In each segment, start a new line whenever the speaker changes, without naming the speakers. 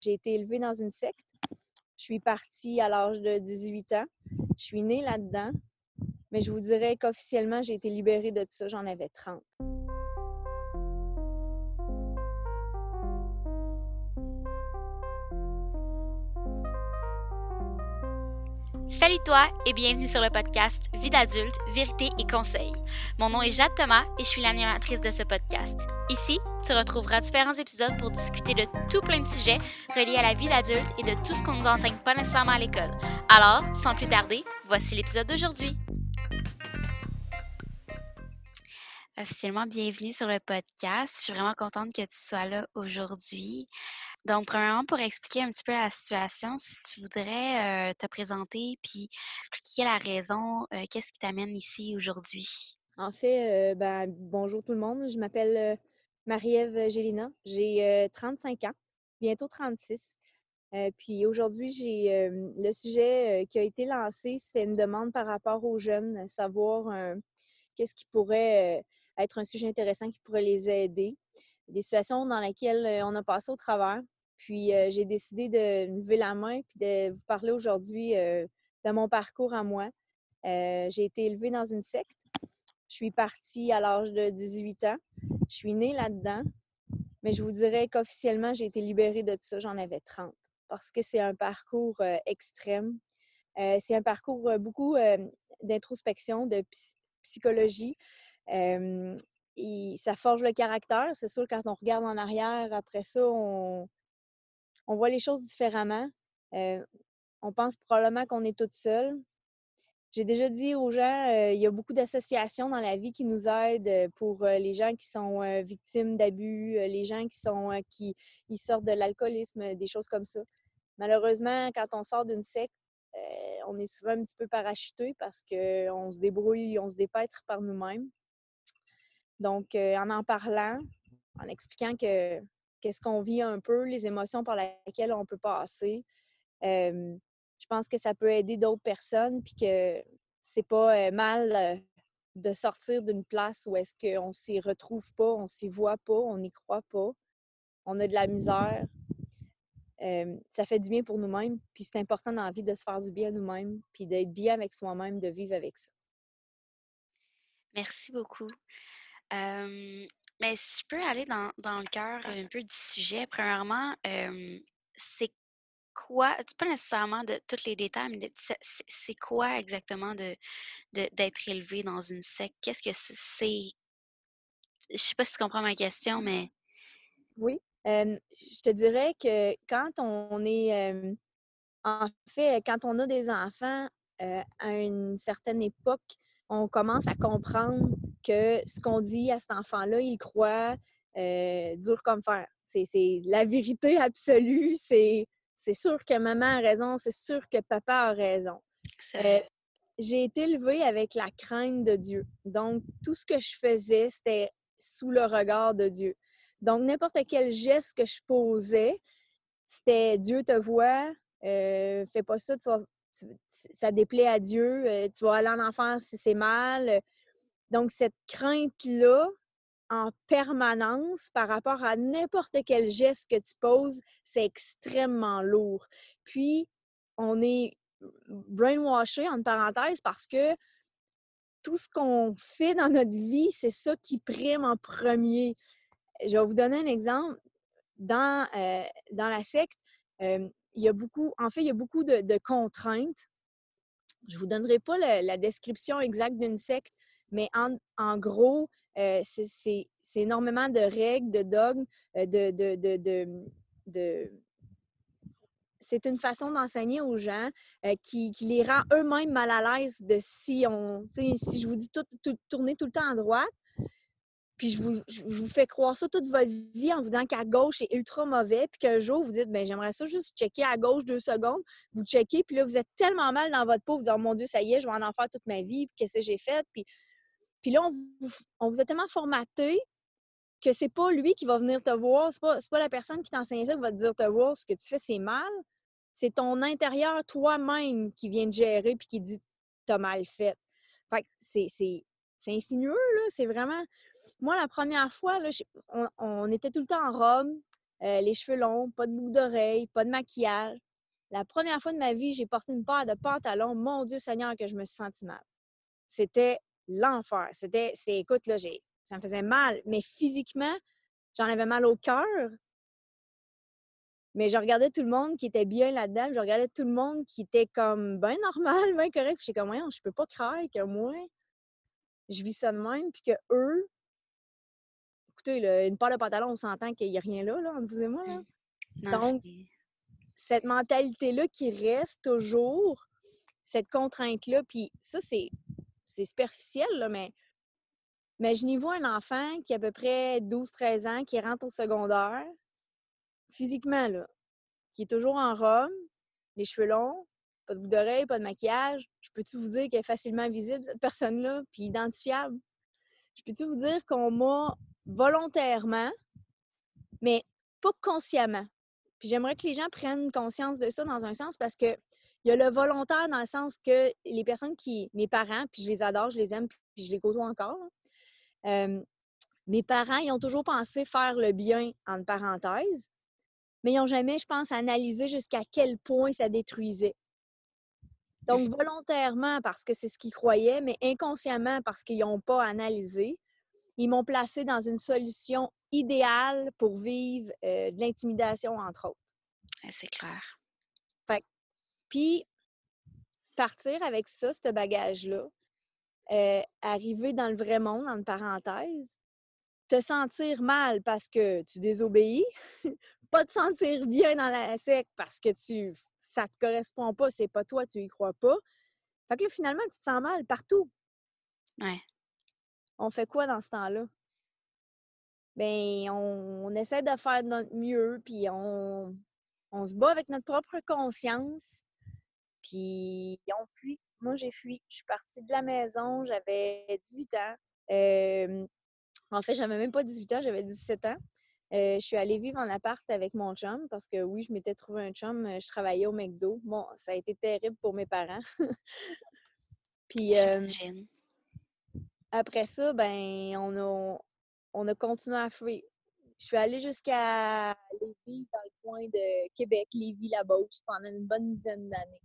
J'ai été élevée dans une secte. Je suis partie à l'âge de 18 ans. Je suis née là-dedans. Mais je vous dirais qu'officiellement, j'ai été libérée de ça. J'en avais 30.
Salut toi et bienvenue sur le podcast Vie d'adulte, vérité et conseils. Mon nom est Jade Thomas et je suis l'animatrice de ce podcast. Ici, tu retrouveras différents épisodes pour discuter de tout plein de sujets reliés à la vie d'adulte et de tout ce qu'on nous enseigne pas nécessairement à l'école. Alors, sans plus tarder, voici l'épisode d'aujourd'hui. Officiellement, bienvenue sur le podcast. Je suis vraiment contente que tu sois là aujourd'hui. Donc, premièrement, pour expliquer un petit peu la situation, si tu voudrais te présenter puis expliquer la raison, qu'est-ce qui t'amène ici aujourd'hui?
En fait, bonjour tout le monde. Je m'appelle Marie-Ève Gélina. J'ai 35 ans, bientôt 36. Puis aujourd'hui, j'ai le sujet qui a été lancé, c'est une demande par rapport aux jeunes, savoir qu'est-ce qui pourrait être un sujet intéressant qui pourrait les aider. Des situations dans lesquelles on a passé au travers. Puis j'ai décidé de lever la main puis de vous parler aujourd'hui de mon parcours à moi. J'ai été élevée dans une secte. Je suis partie à l'âge de 18 ans. Je suis née là-dedans. Mais je vous dirais qu'officiellement, j'ai été libérée de ça. J'en avais 30. Parce que c'est un parcours extrême. C'est un parcours beaucoup d'introspection, de psychologie. Et ça forge le caractère. C'est sûr, quand on regarde en arrière, après ça, on voit les choses différemment. On pense probablement qu'on est toute seule. J'ai déjà dit aux gens, il y a beaucoup d'associations dans la vie qui nous aident pour les gens qui sont victimes d'abus, les gens qui ils sortent de l'alcoolisme, des choses comme ça. Malheureusement, quand on sort d'une secte, on est souvent un petit peu parachuté parce qu'on se débrouille, on se dépêtre par nous-mêmes. Donc, en parlant, en expliquant qu'est-ce qu'on vit un peu, les émotions par lesquelles on peut passer, je pense que ça peut aider d'autres personnes, puis que c'est pas mal de sortir d'une place où est-ce qu'on s'y retrouve pas, on s'y voit pas, on n'y croit pas, on a de la misère. Ça fait du bien pour nous-mêmes, puis c'est important dans la vie de se faire du bien à nous-mêmes, puis d'être bien avec soi-même, de vivre avec ça.
Merci beaucoup. Mais si je peux aller dans le cœur un peu du sujet, premièrement, c'est quoi, pas nécessairement de tous les détails, mais c'est quoi exactement d'être élevé dans une secte? Qu'est-ce que c'est? Je sais pas si tu comprends ma question, mais
Oui, je te dirais que quand on est, en fait, quand on a des enfants, à une certaine époque, on commence à comprendre que ce qu'on dit à cet enfant-là, il croit dur comme fer. C'est la vérité absolue. C'est sûr que maman a raison, c'est sûr que papa a raison.
c'est
Euh,
vrai.
j'ai été élevée avec la crainte de Dieu. Donc, tout ce que je faisais, c'était sous le regard de Dieu. Donc, n'importe quel geste que je posais, c'était Dieu te voit, fais pas ça, ça déplaît à Dieu, tu vas aller en enfer si c'est mal. Donc, cette crainte-là, en permanence, par rapport à n'importe quel geste que tu poses, c'est extrêmement lourd. Puis, on est brainwashé, entre parenthèses, parce que tout ce qu'on fait dans notre vie, c'est ça qui prime en premier. Je vais vous donner un exemple. Dans la secte, il y a beaucoup, en fait, il y a beaucoup de contraintes. Je ne vous donnerai pas la description exacte d'une secte, mais en gros, c'est énormément de règles, de dogmes, de c'est une façon d'enseigner aux gens qui les rend eux-mêmes mal à l'aise de si je vous dis tournez tout le temps à droite, puis je vous fais croire ça toute votre vie en vous disant qu'à gauche, c'est ultra mauvais, puis qu'un jour, vous dites, ben j'aimerais ça juste checker à gauche 2 secondes. Vous checkez, puis là, vous êtes tellement mal dans votre peau, vous dites, oh mon Dieu, ça y est, je vais en faire toute ma vie, puis qu'est-ce que j'ai fait? Puis là, on vous a tellement formaté que c'est pas lui qui va venir te voir, c'est pas la personne qui t'enseigne ça qui va te dire te voir, ce que tu fais, c'est mal. C'est ton intérieur toi-même qui vient te gérer puis qui dit t'as mal fait. Fait que c'est insinueux, là. C'est vraiment. Moi, la première fois, là, on était tout le temps en robe. les cheveux longs, pas de boucle d'oreille, pas de maquillage. La première fois de ma vie, j'ai porté une paire de pantalons. Mon Dieu Seigneur, que je me suis sentie mal. C'était l'enfer. Écoute, là, ça me faisait mal. Mais physiquement, j'en avais mal au cœur. Mais je regardais tout le monde qui était bien là-dedans. Je regardais tout le monde qui était comme bien normal, bien correct. Puis j'étais comme, voyons, je peux pas croire que moi, je vis ça de même. Puis que eux, écoutez, là, une paire de pantalons, on s'entend qu'il n'y a rien là, entre vous et moi. Là.
Mm. Non,
Donc,
c'est...
cette mentalité-là qui reste toujours, cette contrainte-là, puis ça, c'est superficiel, là, mais imaginez-vous un enfant qui a à peu près 12-13 ans, qui rentre au secondaire, physiquement, là, qui est toujours en robe, les cheveux longs, pas de boucle d'oreille, pas de maquillage. Je peux-tu vous dire qu'elle est facilement visible, cette personne-là, puis identifiable? Je peux-tu vous dire qu'on m'a volontairement, mais pas consciemment. Puis j'aimerais que les gens prennent conscience de ça dans un sens parce que il y a le volontaire dans le sens que les personnes mes parents, puis je les adore, je les aime, puis je les côtoie encore. Mes parents, ils ont toujours pensé faire le bien, entre parenthèses, mais ils n'ont jamais, je pense, analysé jusqu'à quel point ça détruisait. Donc, volontairement, parce que c'est ce qu'ils croyaient, mais inconsciemment, parce qu'ils n'ont pas analysé, ils m'ont placé dans une solution idéale pour vivre de l'intimidation, entre autres.
Ouais, c'est clair.
Fait puis, partir avec ça, ce bagage-là, arriver dans le vrai monde, entre parenthèses, te sentir mal parce que tu désobéis, pas te sentir bien dans la sec parce que ça te correspond pas, c'est pas toi, tu y crois pas. Fait que là, finalement, tu te sens mal partout.
Ouais.
On fait quoi dans ce temps-là? Ben, on essaie de faire de notre mieux, puis on se bat avec notre propre conscience, puis on fuit. Moi, j'ai fui. Je suis partie de la maison, j'avais 18 ans. En fait, j'avais même pas 18 ans, j'avais 17 ans. Je suis allée vivre en appart avec mon chum parce que oui, je m'étais trouvé un chum. Je travaillais au McDo. Bon, ça a été terrible pour mes parents. Puis
J'imagine.
après ça, ben, on a continué à fuir. Je suis allée jusqu'à Lévis, dans le coin de Québec, Lévis, la Beauce, pendant une bonne dizaine d'années.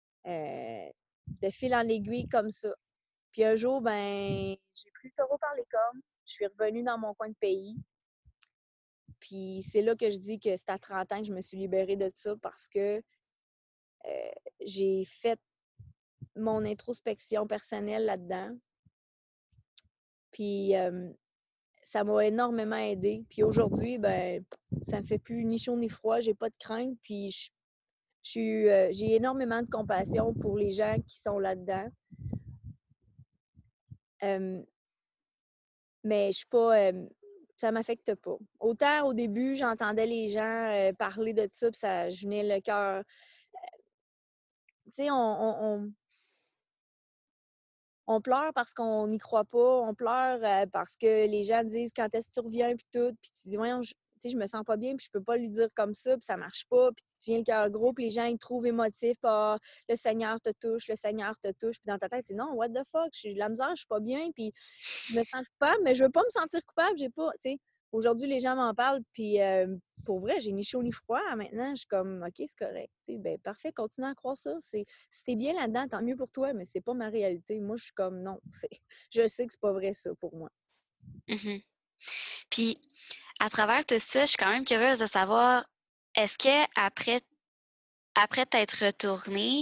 De fil en aiguille comme ça. Puis un jour, ben, j'ai pris le taureau par les cornes. Je suis revenue dans mon coin de pays. Puis c'est là que je dis que c'est à 30 ans que je me suis libérée de ça parce que j'ai fait mon introspection personnelle là-dedans. Puis ça m'a énormément aidée. Puis aujourd'hui, ben, ça me fait plus ni chaud ni froid, j'ai pas de crainte. Puis j'ai énormément de compassion pour les gens qui sont là-dedans. Mais je suis pas. Ça m'affecte pas. Autant au début, j'entendais les gens parler de ça, puis ça, je venais le cœur. Tu sais, on pleure parce qu'on n'y croit pas, on pleure parce que les gens disent quand est-ce que tu reviens, puis tout, puis tu dis, voyons, tu sais, je me sens pas bien, puis je peux pas lui dire comme ça, puis ça marche pas, puis tu viens le cœur gros, puis les gens, ils te trouvent émotif, puis ah, le Seigneur te touche, le Seigneur te touche, puis dans ta tête, c'est non, what the fuck, j'ai de la misère, je suis pas bien, puis je me sens coupable, mais je veux pas me sentir coupable, j'ai pas, tu sais. Aujourd'hui, les gens m'en parlent, puis pour vrai, j'ai ni chaud ni froid. Maintenant, je suis comme, OK, c'est correct. Tu sais, ben, parfait, continue à croire ça. Si t'es bien là-dedans, tant mieux pour toi, mais c'est pas ma réalité. Moi, je suis comme, non, je sais que c'est pas vrai, ça, pour moi.
Mhm. Puis, à travers tout ça, je suis quand même curieuse de savoir, est-ce que après t'être retournée,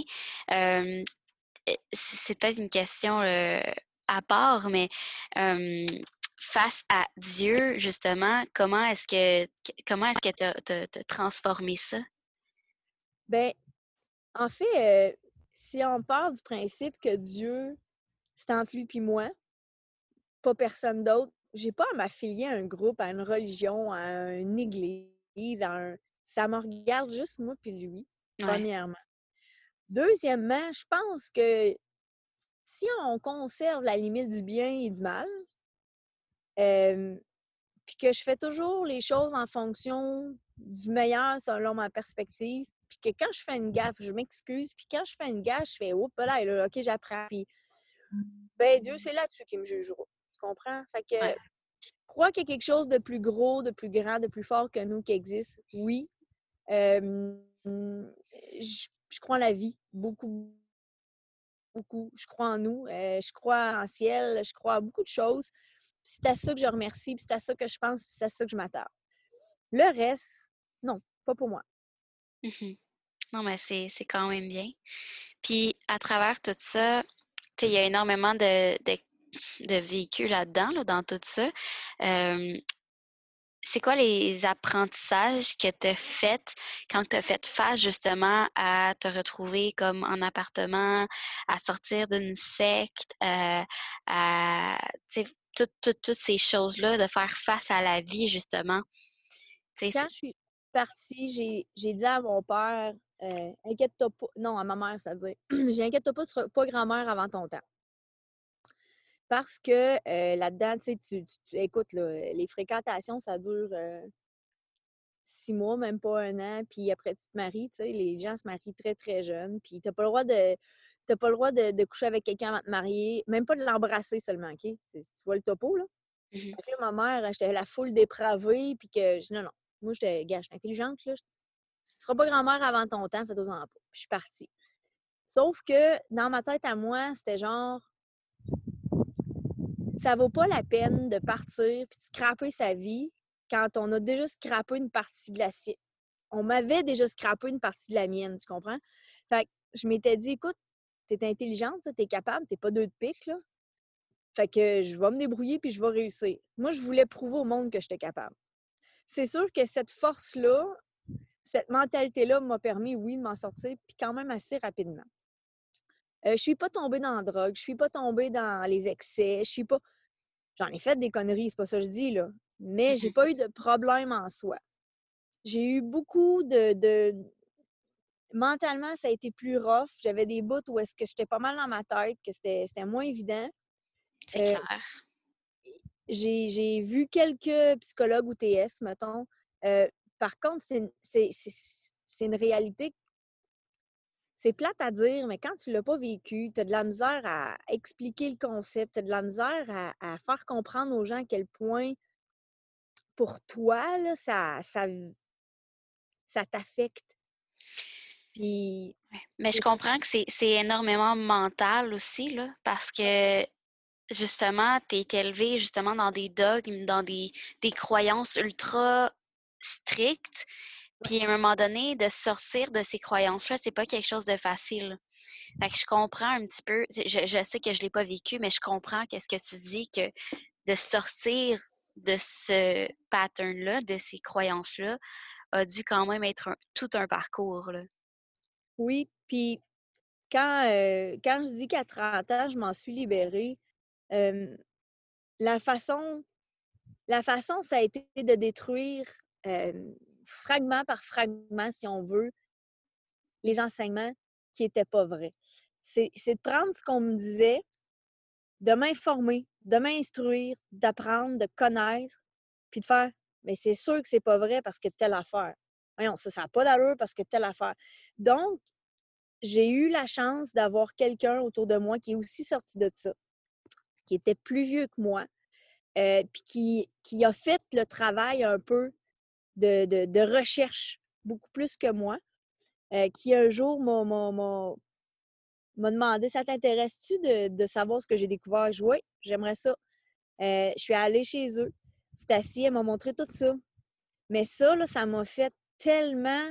c'est peut-être une question à part, mais face à Dieu, justement, comment est-ce que t'as transformé ça?
Ben, en fait, si on part du principe que Dieu, c'est entre lui puis moi, pas personne d'autre, j'ai pas à m'affilier à un groupe, à une religion, à une église, ça me regarde juste moi puis lui,
Ouais,
premièrement. Deuxièmement, je pense que si on conserve la limite du bien et du mal, puis que je fais toujours les choses en fonction du meilleur selon ma perspective, puis que quand je fais une gaffe, je m'excuse, puis quand je fais une gaffe, je fais « Oups, là, OK, j'apprends », puis ben Dieu, c'est là-dessus qu'il me jugera. Tu comprends? Fait que
ouais.
crois qu'il y a quelque chose de plus gros, de plus grand, de plus fort que nous qui existe, oui. Je crois en la vie, beaucoup, beaucoup. Je crois en nous, je crois en ciel, je crois à beaucoup de choses. Puis c'est à ça que je remercie, puis c'est à ça que je pense, puis c'est à ça que je m'attarde. Le reste, non, pas pour moi.
Mhm. Non, mais c'est quand même bien. Puis, à travers tout ça, tu sais, il y a énormément de vécu là-dedans, là, dans tout ça. C'est quoi les apprentissages que tu as fait quand tu as fait face justement à te retrouver comme en appartement, à sortir d'une secte, à tu sais, toutes ces choses-là, de faire face à la vie justement. Tu sais,
Quand je suis partie, j'ai dit à mon père, inquiète-toi pas, non, à ma mère, ça veut dire, j'ai inquiète-toi pas, tu seras pas grand-mère avant ton temps. Parce que là-dedans, tu sais, écoute, là, les fréquentations, ça dure 6 mois, même pas un an, puis après, tu te maries, tu sais, les gens se marient très, très jeunes, puis t'as pas le droit de coucher avec quelqu'un avant de te marier, même pas de l'embrasser seulement, OK? Tu vois le topo, là?
Mhm.
Fait que là, ma mère, j'étais la foule dépravée, puis que je dis non, non, moi, gars, je suis intelligente, là, tu seras pas grand-mère avant ton temps, fais-toi-en pas. Puis je suis partie. Sauf que dans ma tête à moi, c'était genre, ça vaut pas la peine de partir puis de scraper sa vie quand on a déjà scrapé une partie de la sienne. On m'avait déjà scrapé une partie de la mienne, tu comprends? Fait que je m'étais dit, écoute, t'es intelligente, t'es capable, t'es pas deux de pique, là. Fait que je vais me débrouiller puis je vais réussir. Moi, je voulais prouver au monde que j'étais capable. C'est sûr que cette force-là, cette mentalité-là m'a permis, oui, de m'en sortir, puis quand même assez rapidement. Je suis pas tombée dans la drogue, je suis pas tombée dans les excès, je suis pas. J'en ai fait des conneries, c'est pas ça que je dis, là. Mais j'ai
Mhm.
pas eu de problème en soi. J'ai eu beaucoup Mentalement, ça a été plus rough. J'avais des bouts où est-ce que j'étais pas mal dans ma tête, que c'était moins évident.
C'est
Euh,
clair.
j'ai vu quelques psychologues ou TS, mettons. Euh, Par contre, c'est une réalité. C'est plate à dire, mais quand tu l'as pas vécu, tu as de la misère à expliquer le concept, tu as de la misère à faire comprendre aux gens à quel point, pour toi, là, ça t'affecte. Puis,
Ouais. Mais je
c'est
comprends que c'est énormément mental aussi, là, parce que justement, tu es élevé justement dans des dogmes, dans des croyances ultra strictes. Puis à un moment donné, de sortir de ces croyances-là, c'est pas quelque chose de facile. Fait que je comprends un petit peu, je sais que je l'ai pas vécu, mais je comprends qu'est-ce que tu dis, que de sortir de ce pattern-là, de ces croyances-là, a dû quand même être tout un parcours, là.
oui, puis quand je dis qu'à 30 ans, je m'en suis libérée, euh, la façon, la façon, ça a été de détruire euh, fragment par fragment, si on veut, les enseignements qui n'étaient pas vrais. C'est de prendre ce qu'on me disait, de m'informer, de m'instruire, d'apprendre, de connaître, puis de faire, mais c'est sûr que c'est pas vrai parce que telle affaire. Voyons, ça n'a pas d'allure parce que telle affaire. Donc, j'ai eu la chance d'avoir quelqu'un autour de moi qui est aussi sorti de ça, qui était plus vieux que moi, puis qui a fait le travail un peu de recherche, beaucoup plus que moi, qui un jour m'a demandé, ça t'intéresse-tu de savoir ce que j'ai découvert? Je dis, oui, j'aimerais ça. Je suis allée chez eux. C'est assis, elle m'a montré tout ça. Mais ça, là, ça m'a fait tellement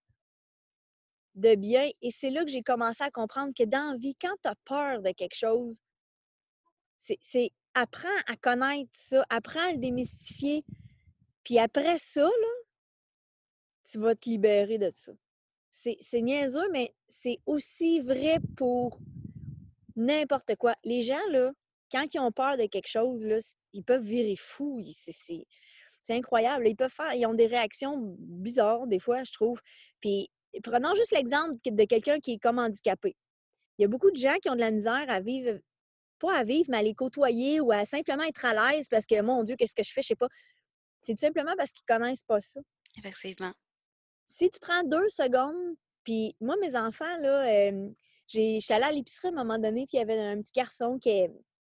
de bien. Et c'est là que j'ai commencé à comprendre que dans la vie, quand tu as peur de quelque chose, c'est apprends à connaître ça, apprends à le démystifier. Puis après ça, là, tu vas te libérer de ça. C'est niaiseux, mais c'est aussi vrai pour n'importe quoi. Les gens, là, quand ils ont peur de quelque chose, là, ils peuvent virer fous. C'est incroyable. Ils ont des réactions bizarres, des fois, je trouve. Puis, prenons juste l'exemple de quelqu'un qui est comme handicapé. Il y a beaucoup de gens qui ont de la misère à vivre, pas à vivre, mais à les côtoyer ou à simplement être à l'aise parce que, mon Dieu, qu'est-ce que je fais? Je sais pas. C'est tout simplement parce qu'ils connaissent pas ça.
Effectivement.
Si tu prends 2 secondes, puis moi, mes enfants, là, je suis allée à l'épicerie à un moment donné, puis il y avait un petit garçon qui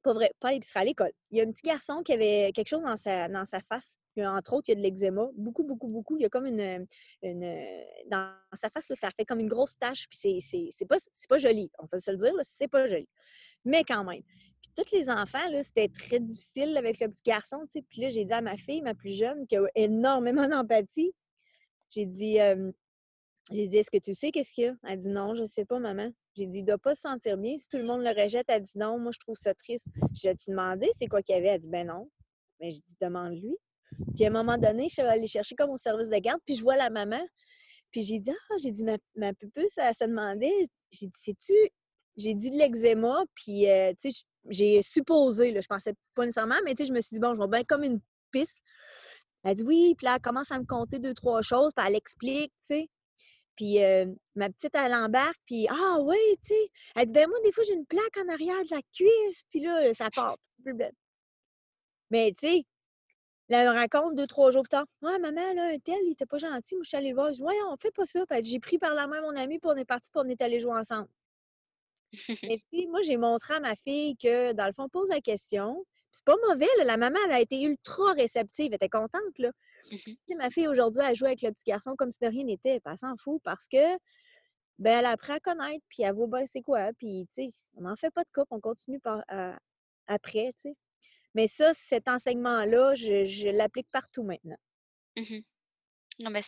Pas vrai, pas à l'épicerie, à l'école. Il y a un petit garçon qui avait quelque chose dans sa face. Entre autres, il y a de l'eczéma. Beaucoup, beaucoup, beaucoup. Il y a comme dans sa face, là, ça fait comme une grosse tache. Puis c'est pas joli. On va se le dire, là, c'est pas joli. Mais quand même. Puis tous les enfants, là, c'était très difficile avec le petit garçon, tu sais. Puis là, j'ai dit à ma fille, ma plus jeune, qui a énormément d'empathie, j'ai dit, est-ce que tu sais qu'est-ce qu'il y a? Elle dit, non, je ne sais pas, maman. J'ai dit, il ne doit pas se sentir bien. Si tout le monde le rejette, elle dit, non, moi, je trouve ça triste. J'ai-tu demandé c'est quoi qu'il y avait? Elle dit, ben non. Mais je dis, demande-lui. Puis à un moment donné, je suis allée chercher comme au service de garde, puis je vois la maman. Puis j'ai dit, ma pupusse, elle se demandait, j'ai dit, sais-tu, j'ai dit de l'eczéma, puis, tu sais, j'ai supposé, là, je pensais pas nécessairement, mais tu sais, je me suis dit, bon, je vais bien comme une piste. Elle dit, oui, puis là, elle commence à me compter 2, 3 choses, puis elle explique, tu sais. Puis ma petite, elle embarque, puis ah oui, tu sais. Elle dit, ben moi, des fois, j'ai une plaque en arrière de la cuisse, puis là, ça part. Mais tu sais, là, elle me raconte 2, 3 jours plus tard. Ouais, maman, là, un tel, il était pas gentil. Moi, je suis allée le voir. Je dis, voyons, fais pas ça. Puis elle dit, j'ai pris par la main mon ami, puis on est parti, puis on est allé jouer ensemble. Mais tu sais, moi, j'ai montré à ma fille que, dans le fond, pose la question. Puis c'est pas mauvais, là. La maman, elle a été ultra réceptive. Elle était contente, là. Tu sais, ma fille, aujourd'hui, elle joue avec le petit garçon comme si de rien n'était. Puis elle s'en fout parce que, ben, elle a appris à connaître, puis elle vaut bien c'est quoi. Puis, tu sais, on n'en fait pas de couple, on continue après, tu sais. Mais ça, cet enseignement-là, je l'applique partout maintenant.
Mhm. Non, mais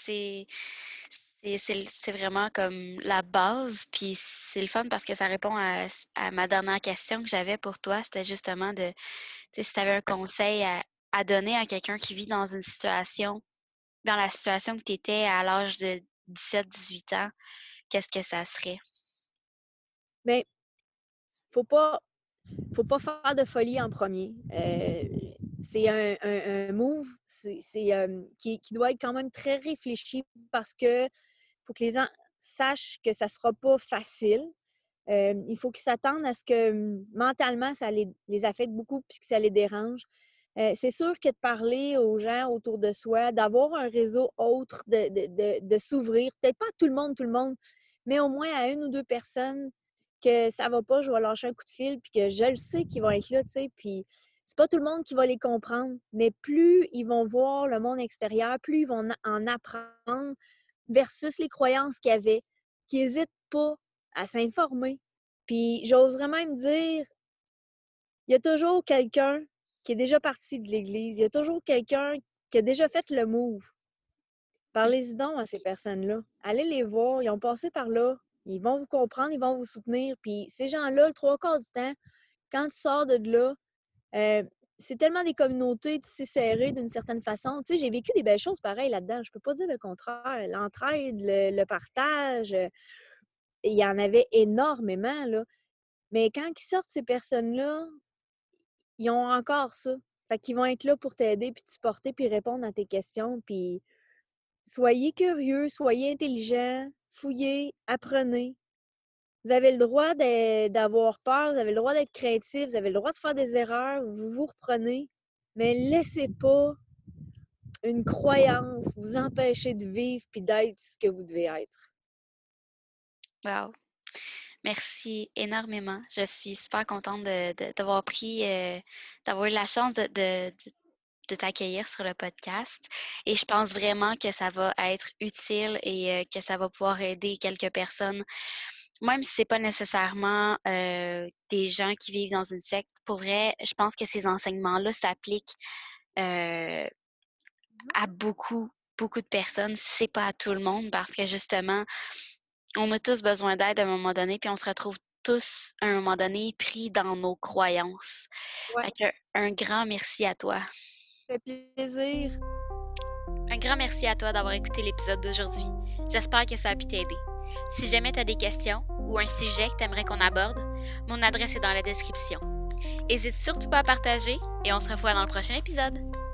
c'est vraiment comme la base, puis c'est le fun parce que ça répond à ma dernière question que j'avais pour toi. C'était justement de, tu sais, si tu avais un conseil à donner à quelqu'un qui vit dans une situation, dans la situation que tu étais à l'âge de 17, 18 ans, qu'est-ce que ça serait?
Mais faut pas faire de folie en premier. C'est un move qui doit être quand même très réfléchi parce que faut que les gens sachent que ça ne sera pas facile. Il faut qu'ils s'attendent à ce que mentalement, ça les affecte beaucoup puis que ça les dérange. C'est sûr que de parler aux gens autour de soi, d'avoir un réseau autre, de s'ouvrir, peut-être pas à tout le monde, mais au moins à 1 ou 2 personnes que ça va pas, je vais lâcher un coup de fil puis que je le sais qu'ils vont être là, tu sais, puis c'est pas tout le monde qui va les comprendre, mais plus ils vont voir le monde extérieur, plus ils vont en apprendre versus les croyances qu'ils avaient, qu'ils n'hésitent pas à s'informer. Puis j'oserais même dire, il y a toujours quelqu'un qui est déjà parti de l'Église, il y a toujours quelqu'un qui a déjà fait le move. Parlez-y donc à ces personnes-là. Allez les voir, ils ont passé par là, ils vont vous comprendre, ils vont vous soutenir. Puis ces gens-là, le 3 quarts du temps, quand tu sors de là, c'est tellement des communautés tissées serrées d'une certaine façon. Tu sais, j'ai vécu des belles choses pareilles là-dedans. Je peux pas dire le contraire. L'entraide, le partage, il y en avait énormément, là. Mais quand ils sortent, ces personnes-là, ils ont encore ça. Fait qu'ils vont être là pour t'aider, puis te supporter, puis répondre à tes questions. Puis soyez curieux, soyez intelligents, fouillez, apprenez. Vous avez le droit d'avoir peur, vous avez le droit d'être créatif, vous avez le droit de faire des erreurs, vous vous reprenez, mais laissez pas une croyance vous empêcher de vivre puis d'être ce que vous devez être.
Wow! Merci énormément. Je suis super contente d'avoir d'avoir eu la chance de t'accueillir sur le podcast. Et je pense vraiment que ça va être utile et que ça va pouvoir aider quelques personnes, même si c'est pas nécessairement des gens qui vivent dans une secte. Pour vrai, je pense que ces enseignements-là s'appliquent à beaucoup, beaucoup de personnes. C'est pas à tout le monde parce que justement, on a tous besoin d'aide à un moment donné, puis on se retrouve tous, à un moment donné, pris dans nos croyances.
Ouais.
Fait que un grand merci à toi.
Ça fait plaisir.
Un grand merci à toi d'avoir écouté l'épisode d'aujourd'hui. J'espère que ça a pu t'aider. Si jamais tu as des questions ou un sujet que tu aimerais qu'on aborde, mon adresse est dans la description. N'hésite surtout pas à partager et on se revoit dans le prochain épisode.